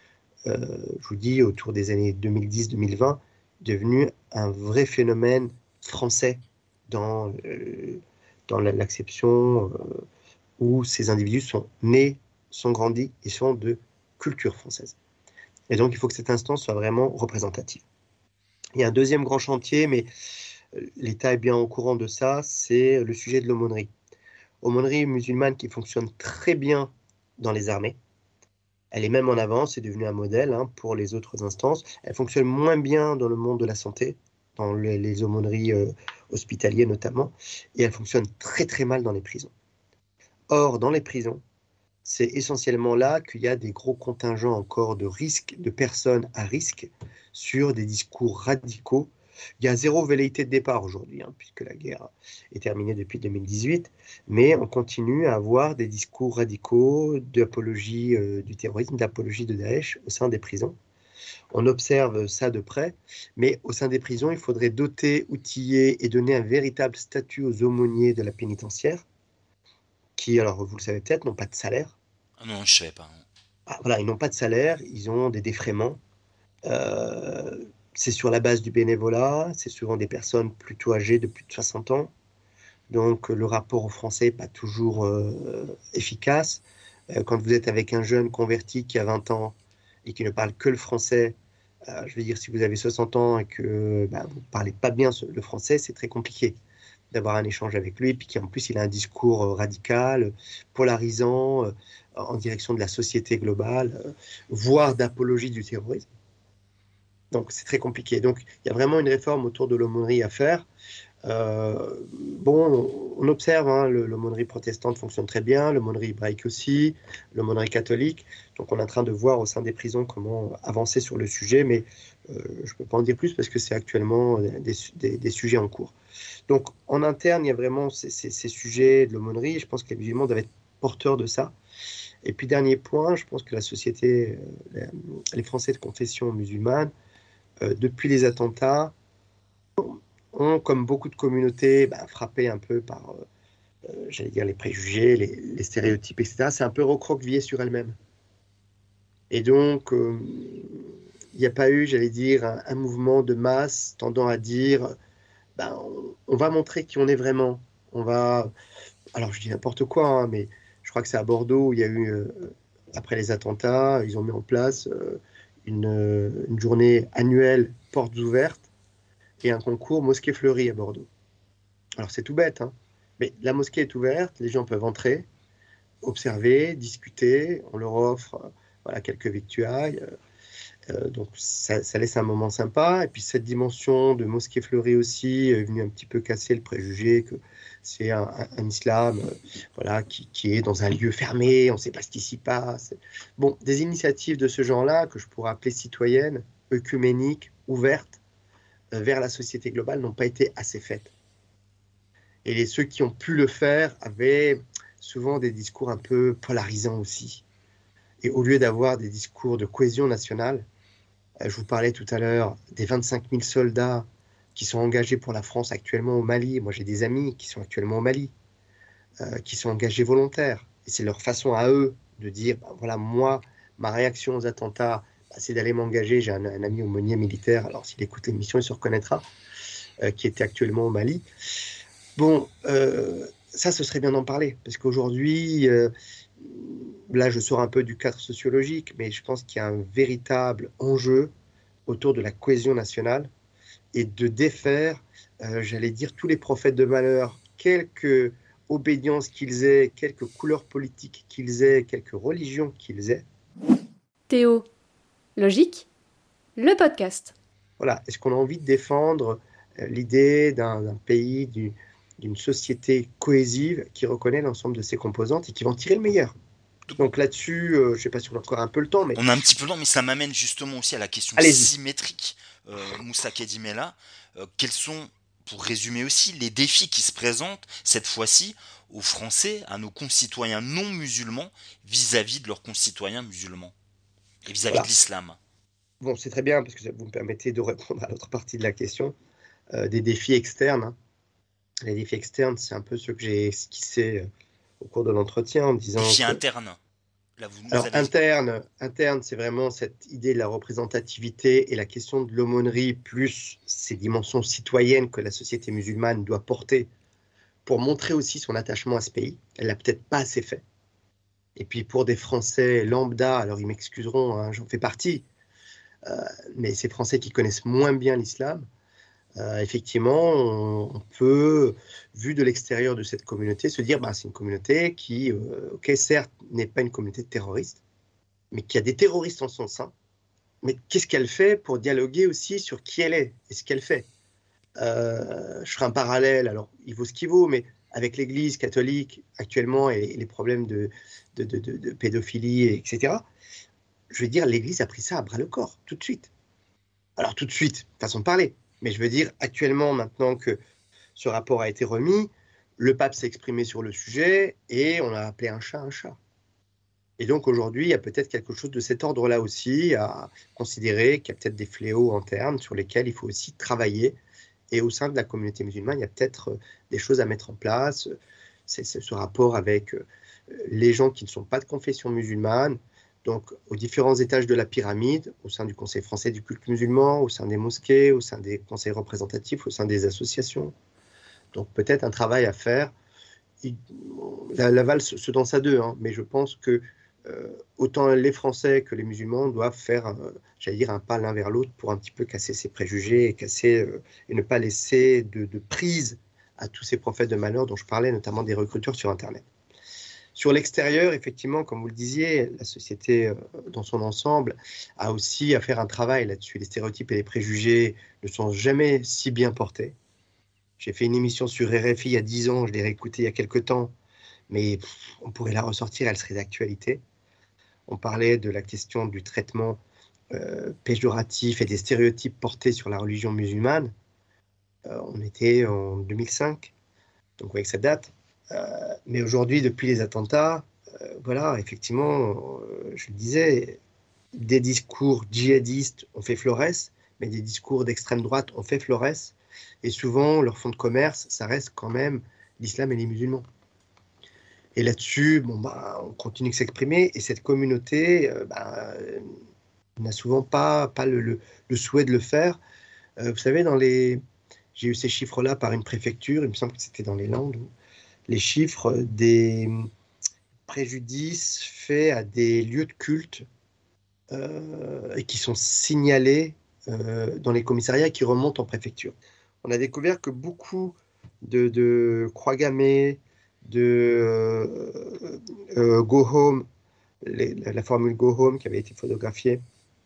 euh, je vous dis, autour des années deux mille dix deux mille vingt, devenu un vrai phénomène français dans, euh, dans l'acception euh, où ces individus sont nés, sont grandis et sont de culture française. Et donc, il faut que cette instance soit vraiment représentative. Il y a un deuxième grand chantier, mais l'État est bien au courant de ça, c'est le sujet de l'aumônerie. Aumônerie musulmane qui fonctionne très bien dans les armées. Elle est même en avance, c'est devenu un modèle hein, pour les autres instances. Elle fonctionne moins bien dans le monde de la santé, dans les, les aumôneries euh, hospitalières notamment, et elle fonctionne très très mal dans les prisons. Or, dans les prisons, c'est essentiellement là qu'il y a des gros contingents encore de risques, de personnes à risque sur des discours radicaux. Il y a zéro velléité de départ aujourd'hui, hein, puisque la guerre est terminée depuis deux mille dix-huit, mais on continue à avoir des discours radicaux d'apologie euh, du terrorisme, d'apologie de Daesh au sein des prisons. on observe ça de près, mais au sein des prisons, il faudrait doter, outiller et donner un véritable statut aux aumôniers de la pénitentiaire, qui, alors vous le savez peut-être, n'ont pas de salaire. Non, je ne savais pas. Ah, voilà, ils n'ont pas de salaire, ils ont des défraiements. Euh, c'est sur la base du bénévolat, c'est souvent des personnes plutôt âgées de plus de soixante ans. Donc le rapport au français n'est pas toujours euh, efficace. Euh, quand vous êtes avec un jeune converti qui a vingt ans et qui ne parle que le français, euh, je veux dire, si vous avez soixante ans et que bah, vous ne parlez pas bien le français, c'est très compliqué d'avoir un échange avec lui, puis qu'en plus il a un discours euh, radical, polarisant, euh, en direction de la société globale, euh, voire d'apologie du terrorisme. Donc c'est très compliqué. Donc il y a vraiment une réforme autour de l'aumônerie à faire. Euh, bon, on observe, hein, l'aumônerie protestante fonctionne très bien, l'aumônerie hébraïque aussi, l'aumônerie catholique. Donc on est en train de voir au sein des prisons comment avancer sur le sujet, mais euh, je ne peux pas en dire plus parce que c'est actuellement des, des, des sujets en cours. Donc en interne, il y a vraiment ces, ces, ces sujets de l'aumônerie. Je pense que les musulmans doivent être porteurs de ça. Et puis dernier point, je pense que la société, euh, les Français de confession musulmane, euh, depuis les attentats, ont, comme beaucoup de communautés, bah, frappé un peu par, euh, euh, j'allais dire, les préjugés, les, les stéréotypes, et cetera. C'est un peu recroquevillé sur elles-mêmes. Et donc, il euh, n'y a pas eu, j'allais dire, un, un mouvement de masse tendant à dire, bah, on, on va montrer qui on est vraiment. On va, alors je dis n'importe quoi, hein, mais je crois que c'est à Bordeaux où il y a eu, euh, après les attentats, ils ont mis en place euh, une, une journée annuelle portes ouvertes et un concours mosquée fleurie à Bordeaux. Alors c'est tout bête, hein, mais la mosquée est ouverte, les gens peuvent entrer, observer, discuter, on leur offre euh, voilà, quelques victuailles, euh, euh, donc ça, ça laisse un moment sympa. Et puis cette dimension de mosquée fleurie aussi est venue un petit peu casser le préjugé que c'est un, un, un islam euh, voilà, qui, qui est dans un lieu fermé, on ne sait pas ce qui s'y passe. Bon, des initiatives de ce genre-là, que je pourrais appeler citoyennes, œcuméniques, ouvertes, vers la société globale n'ont pas été assez faites. Et les, ceux qui ont pu le faire avaient souvent des discours un peu polarisants aussi. Et au lieu d'avoir des discours de cohésion nationale, je vous parlais tout à l'heure des vingt-cinq mille soldats qui sont engagés pour la France actuellement au Mali. Moi, j'ai des amis qui sont actuellement au Mali, euh, qui sont engagés volontaires. Et c'est leur façon à eux de dire, ben voilà, moi, ma réaction aux attentats, c'est d'aller m'engager. J'ai un, un ami aumônier militaire, alors s'il écoute l'émission, il se reconnaîtra, euh, qui était actuellement au Mali. Bon, euh, ça, ce serait bien d'en parler, parce qu'aujourd'hui, euh, là, je sors un peu du cadre sociologique, mais je pense qu'il y a un véritable enjeu autour de la cohésion nationale et de défaire, euh, j'allais dire, tous les prophètes de malheur, quelque obédience qu'ils aient, quelque couleur politique qu'ils aient, quelque religion qu'ils aient. Théo, Logique, le podcast. Voilà, est-ce qu'on a envie de défendre euh, l'idée d'un, d'un pays, du, d'une société cohésive qui reconnaît l'ensemble de ses composantes et qui va en tirer le meilleur? Donc là-dessus, euh, je ne sais pas si on a encore un peu le temps, mais... On a un petit peu le temps, mais ça m'amène justement aussi à la question Allez-y. symétrique. Euh, Moussa Kedimela, euh, quels sont, pour résumer aussi, les défis qui se présentent, cette fois-ci, aux Français, à nos concitoyens non musulmans, vis-à-vis de leurs concitoyens musulmans et vis-à-vis voilà. de l'islam? Bon, c'est très bien, parce que vous me permettez de répondre à l'autre partie de la question, euh, des défis externes. Hein. Les défis externes, c'est un peu ce que j'ai esquissé euh, au cours de l'entretien en disant... Défis que... internes. Là, vous nous Alors, avez... interne, interne, c'est vraiment cette idée de la représentativité et la question de l'aumônerie, plus ces dimensions citoyennes que la société musulmane doit porter pour montrer aussi son attachement à ce pays. Elle l'a peut-être pas assez fait. Et puis pour des Français lambda, alors ils m'excuseront, hein, j'en fais partie, euh, mais ces Français qui connaissent moins bien l'islam, euh, effectivement, on, on peut, vu de l'extérieur de cette communauté, se dire bah, c'est une communauté qui, euh, ok, certes, n'est pas une communauté terroriste, mais qui a des terroristes en son sein. Mais qu'est-ce qu'elle fait pour dialoguer aussi sur qui elle est et ce qu'elle fait? euh, Je ferai un parallèle, alors il vaut ce qu'il vaut, mais avec l'Église catholique actuellement et les problèmes de, de, de, de, de pédophilie, et cetera, je veux dire, l'Église a pris ça à bras-le-corps, tout de suite. Alors tout de suite, façon de parler, mais je veux dire, actuellement, maintenant que ce rapport a été remis, le pape s'est exprimé sur le sujet et on a appelé un chat un chat. Et donc aujourd'hui, il y a peut-être quelque chose de cet ordre-là aussi, à considérer qu'il y a peut-être des fléaux internes sur lesquels il faut aussi travailler. Et au sein de la communauté musulmane, il y a peut-être des choses à mettre en place. C'est, c'est ce rapport avec les gens qui ne sont pas de confession musulmane, donc aux différents étages de la pyramide, au sein du Conseil français du culte musulman, au sein des mosquées, au sein des conseils représentatifs, au sein des associations. Donc peut-être un travail à faire. La, la valse se danse à deux, hein, mais je pense que euh, autant les Français que les musulmans doivent faire, euh, j'allais dire, un pas l'un vers l'autre pour un petit peu casser ces préjugés et, casser, euh, et ne pas laisser de, de prise à tous ces prophètes de malheur dont je parlais, notamment des recruteurs sur Internet. Sur l'extérieur, effectivement, comme vous le disiez, la société euh, dans son ensemble a aussi à faire un travail là-dessus. Les stéréotypes et les préjugés ne sont jamais si bien portés. J'ai fait une émission sur R F I il y a dix ans, je l'ai réécoutée il y a quelques temps, mais pff, on pourrait la ressortir, elle serait d'actualité. On parlait de la question du traitement euh, péjoratif et des stéréotypes portés sur la religion musulmane. Euh, on était en deux mille cinq, donc vous voyez que ça date. Euh, mais aujourd'hui, depuis les attentats, euh, voilà, effectivement, euh, je le disais, des discours djihadistes ont fait florès, mais des discours d'extrême droite ont fait florès. Et souvent, leur fonds de commerce, ça reste quand même l'islam et les musulmans. Et là-dessus, bon, bah, on continue de s'exprimer. Et cette communauté euh, bah, n'a souvent pas, pas le, le, le souhait de le faire. Euh, vous savez, dans les... j'ai eu ces chiffres-là par une préfecture, il me semble que c'était dans les Landes, où les chiffres des préjudices faits à des lieux de culte euh, et qui sont signalés euh, dans les commissariats qui remontent en préfecture. On a découvert que beaucoup de, de croix gammées, de euh, euh, Go Home, les, la, la formule Go Home qui avait été photographiée,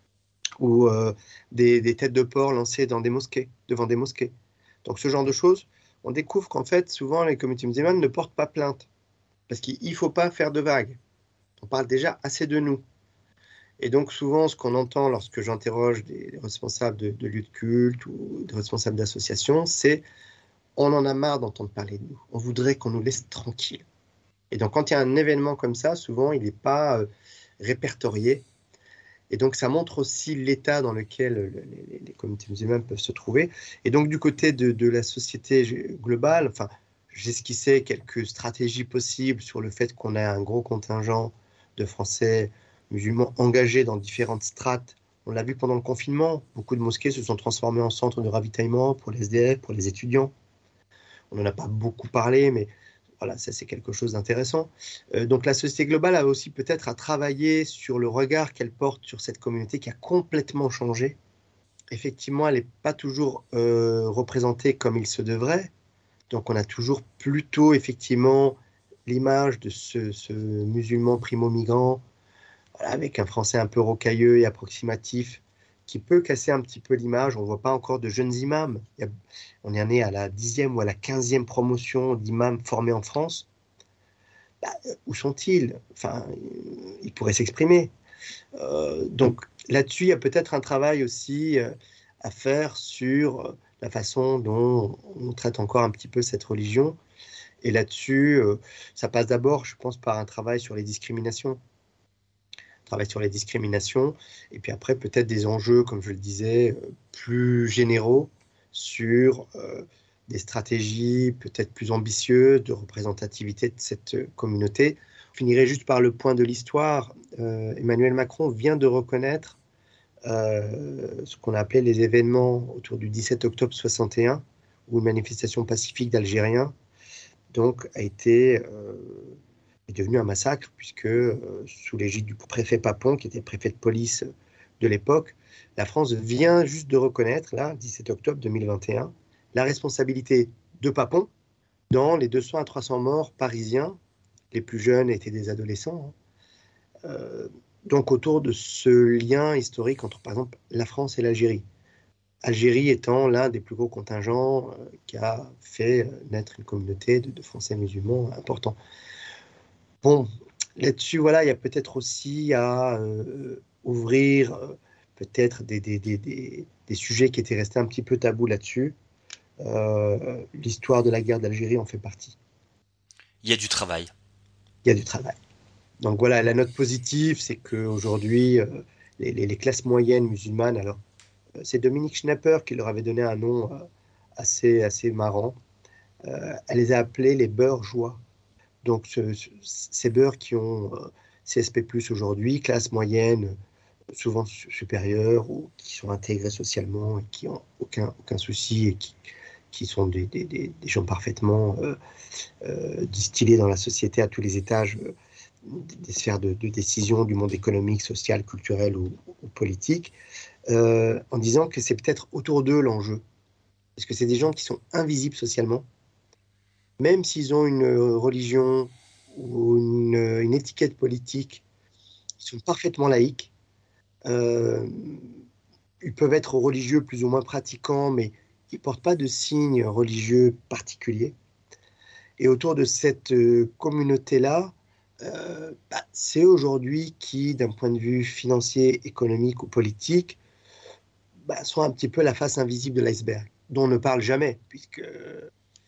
ou euh, des, des têtes de porc lancées dans des mosquées, devant des mosquées. Donc ce genre de choses, on découvre qu'en fait, souvent, les communautés musulmanes ne portent pas plainte, parce qu'il ne faut pas faire de vagues. On parle déjà assez de nous. Et donc souvent, ce qu'on entend lorsque j'interroge des responsables de, de lieux de culte ou des responsables d'associations, c'est « on en a marre d'entendre parler de nous, on voudrait qu'on nous laisse tranquilles ». Et donc quand il y a un événement comme ça, souvent, il n'est pas euh, répertorié. Et donc ça montre aussi l'état dans lequel les, les communautés musulmanes peuvent se trouver. Et donc du côté de, de la société globale, enfin, j'ai esquissé quelques stratégies possibles sur le fait qu'on a un gros contingent de Français musulmans engagés dans différentes strates. On l'a vu pendant le confinement, beaucoup de mosquées se sont transformées en centres de ravitaillement pour les S D F, pour les étudiants. On n'en a pas beaucoup parlé, mais voilà, ça c'est quelque chose d'intéressant. Euh, donc la société globale a aussi peut-être à travailler sur le regard qu'elle porte sur cette communauté qui a complètement changé. Effectivement, elle n'est pas toujours euh, représentée comme il se devrait. Donc on a toujours plutôt effectivement l'image de ce, ce musulman primo-migrant, voilà, avec un français un peu rocailleux et approximatif, qui peut casser un petit peu l'image. On ne voit pas encore de jeunes imams. Il y a, on est né à la dixième ou à la quinzième promotion d'imams formés en France. Bah, où sont-ils ? Enfin, ils pourraient s'exprimer. Euh, donc là-dessus, il y a peut-être un travail aussi euh, à faire sur la façon dont on traite encore un petit peu cette religion. Et là-dessus, euh, ça passe d'abord, je pense, par un travail sur les discriminations. Travail sur les discriminations, et puis après peut-être des enjeux, comme je le disais, plus généraux sur euh, des stratégies peut-être plus ambitieuses de représentativité de cette communauté. Je finirai juste par le point de l'histoire. Euh, Emmanuel Macron vient de reconnaître euh, ce qu'on a appelé les événements autour du dix-sept octobre soixante et un, où une manifestation pacifique d'Algériens donc, a été... Euh, est devenu un massacre, puisque euh, sous l'égide du préfet Papon, qui était préfet de police de l'époque, la France vient juste de reconnaître, là, dix-sept octobre deux mille vingt et un, la responsabilité de Papon dans les deux cents à trois cents morts parisiens. Les plus jeunes étaient des adolescents. Hein. Euh, donc autour de ce lien historique entre, par exemple, la France et l'Algérie. Algérie étant l'un des plus gros contingents euh, qui a fait naître une communauté de, de Français musulmans importants. Bon, là-dessus, voilà, il y a peut-être aussi à euh, ouvrir euh, peut-être des, des, des, des, des sujets qui étaient restés un petit peu tabous là-dessus. Euh, l'histoire de la guerre d'Algérie en fait partie. Il y a du travail. Il y a du travail. Donc voilà, la note positive, c'est qu'aujourd'hui, euh, les, les, les classes moyennes musulmanes, alors euh, c'est Dominique Schnapper qui leur avait donné un nom euh, assez, assez marrant. Euh, elle les a appelés les beurgeois. Donc ce, ce, ces beurs qui ont euh, C S P plus, aujourd'hui, classe moyenne, souvent supérieure, ou qui sont intégrés socialement et qui n'ont aucun, aucun souci et qui, qui sont des, des, des gens parfaitement euh, euh, distillés dans la société à tous les étages euh, des sphères de, de décision du monde économique, social, culturel ou, ou politique, euh, en disant que c'est peut-être autour d'eux l'enjeu. Parce que c'est des gens qui sont invisibles socialement, même s'ils ont une religion ou une, une étiquette politique, ils sont parfaitement laïques. Euh, ils peuvent être religieux plus ou moins pratiquants, mais ils ne portent pas de signes religieux particuliers. Et autour de cette euh, communauté-là, euh, bah, c'est aujourd'hui qui, d'un point de vue financier, économique ou politique, bah, sont un petit peu la face invisible de l'iceberg, dont on ne parle jamais, puisque euh,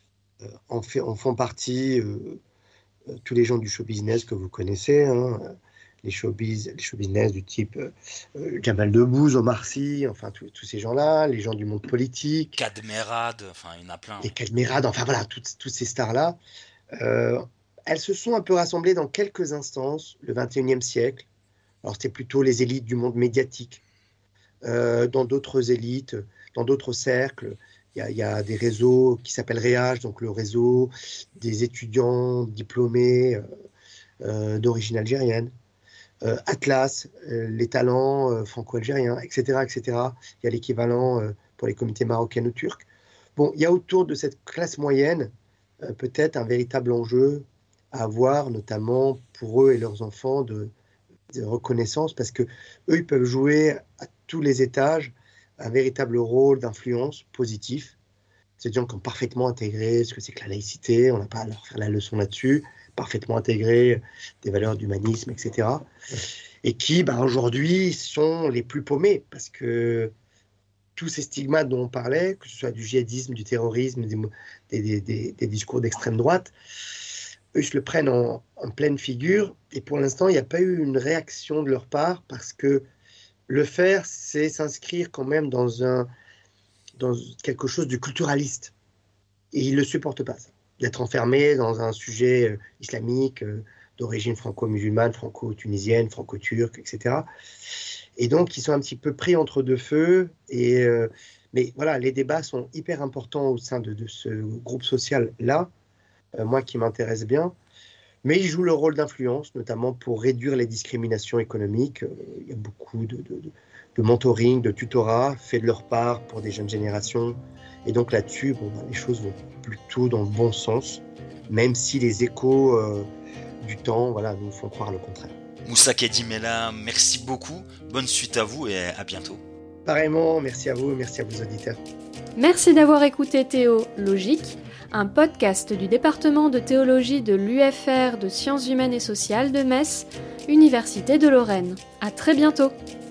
en, fait, en font partie euh, euh, tous les gens du show business que vous connaissez, hein, les showbiz, les show business du type euh, Jamel Debbouze, Omar Sy, enfin tous ces gens-là, les gens du monde politique. Kadmerad, enfin il y en a plein. Et Kadmerad, enfin voilà, toutes, toutes ces stars-là, euh, elles se sont un peu rassemblées dans quelques instances, le vingt et unième siècle. Alors c'était plutôt les élites du monde médiatique. Euh, dans d'autres élites, dans d'autres cercles, il y a, y a des réseaux qui s'appellent Réage, donc le réseau des étudiants diplômés euh, euh, d'origine algérienne. Euh, Atlas, euh, les talents euh, franco-algériens, et cetera, et cetera. Il y a l'équivalent euh, pour les comités marocains ou turcs. Bon, il y a autour de cette classe moyenne euh, peut-être un véritable enjeu à avoir, notamment pour eux et leurs enfants, de, de reconnaissance, parce que eux, ils peuvent jouer à tous les étages un véritable rôle d'influence positif. C'est des gens qui ont parfaitement intégré ce que c'est que la laïcité, on n'a pas à leur faire la leçon là-dessus, parfaitement intégré des valeurs d'humanisme, et cetera. Et qui, bah, aujourd'hui, sont les plus paumés, parce que tous ces stigmates dont on parlait, que ce soit du djihadisme, du terrorisme, des, des, des, des discours d'extrême droite, eux se le prennent en, en pleine figure, et pour l'instant, il n'y a pas eu une réaction de leur part, parce que le faire, c'est s'inscrire quand même dans, un, dans quelque chose de culturaliste. Et ils ne le supportent pas, ça. D'être enfermé dans un sujet euh, islamique euh, d'origine franco-musulmane, franco-tunisienne, franco-turque, et cetera. Et donc, ils sont un petit peu pris entre deux feux. Et, euh, mais voilà, les débats sont hyper importants au sein de, de ce groupe social-là, euh, moi qui m'intéresse bien. Mais ils jouent le rôle d'influence, notamment pour réduire les discriminations économiques. Euh, il y a beaucoup de, de, de mentoring, de tutorat fait de leur part pour des jeunes générations. Et donc là-dessus, bon, les choses vont plutôt dans le bon sens, même si les échos euh, du temps voilà, nous font croire le contraire. Moussa Kedimela, merci beaucoup, bonne suite à vous et à bientôt. Pareillement, merci à vous, merci à vos auditeurs. Merci d'avoir écouté Théo Logique, un podcast du département de théologie de l'U F R de Sciences humaines et sociales de Metz, Université de Lorraine. À très bientôt.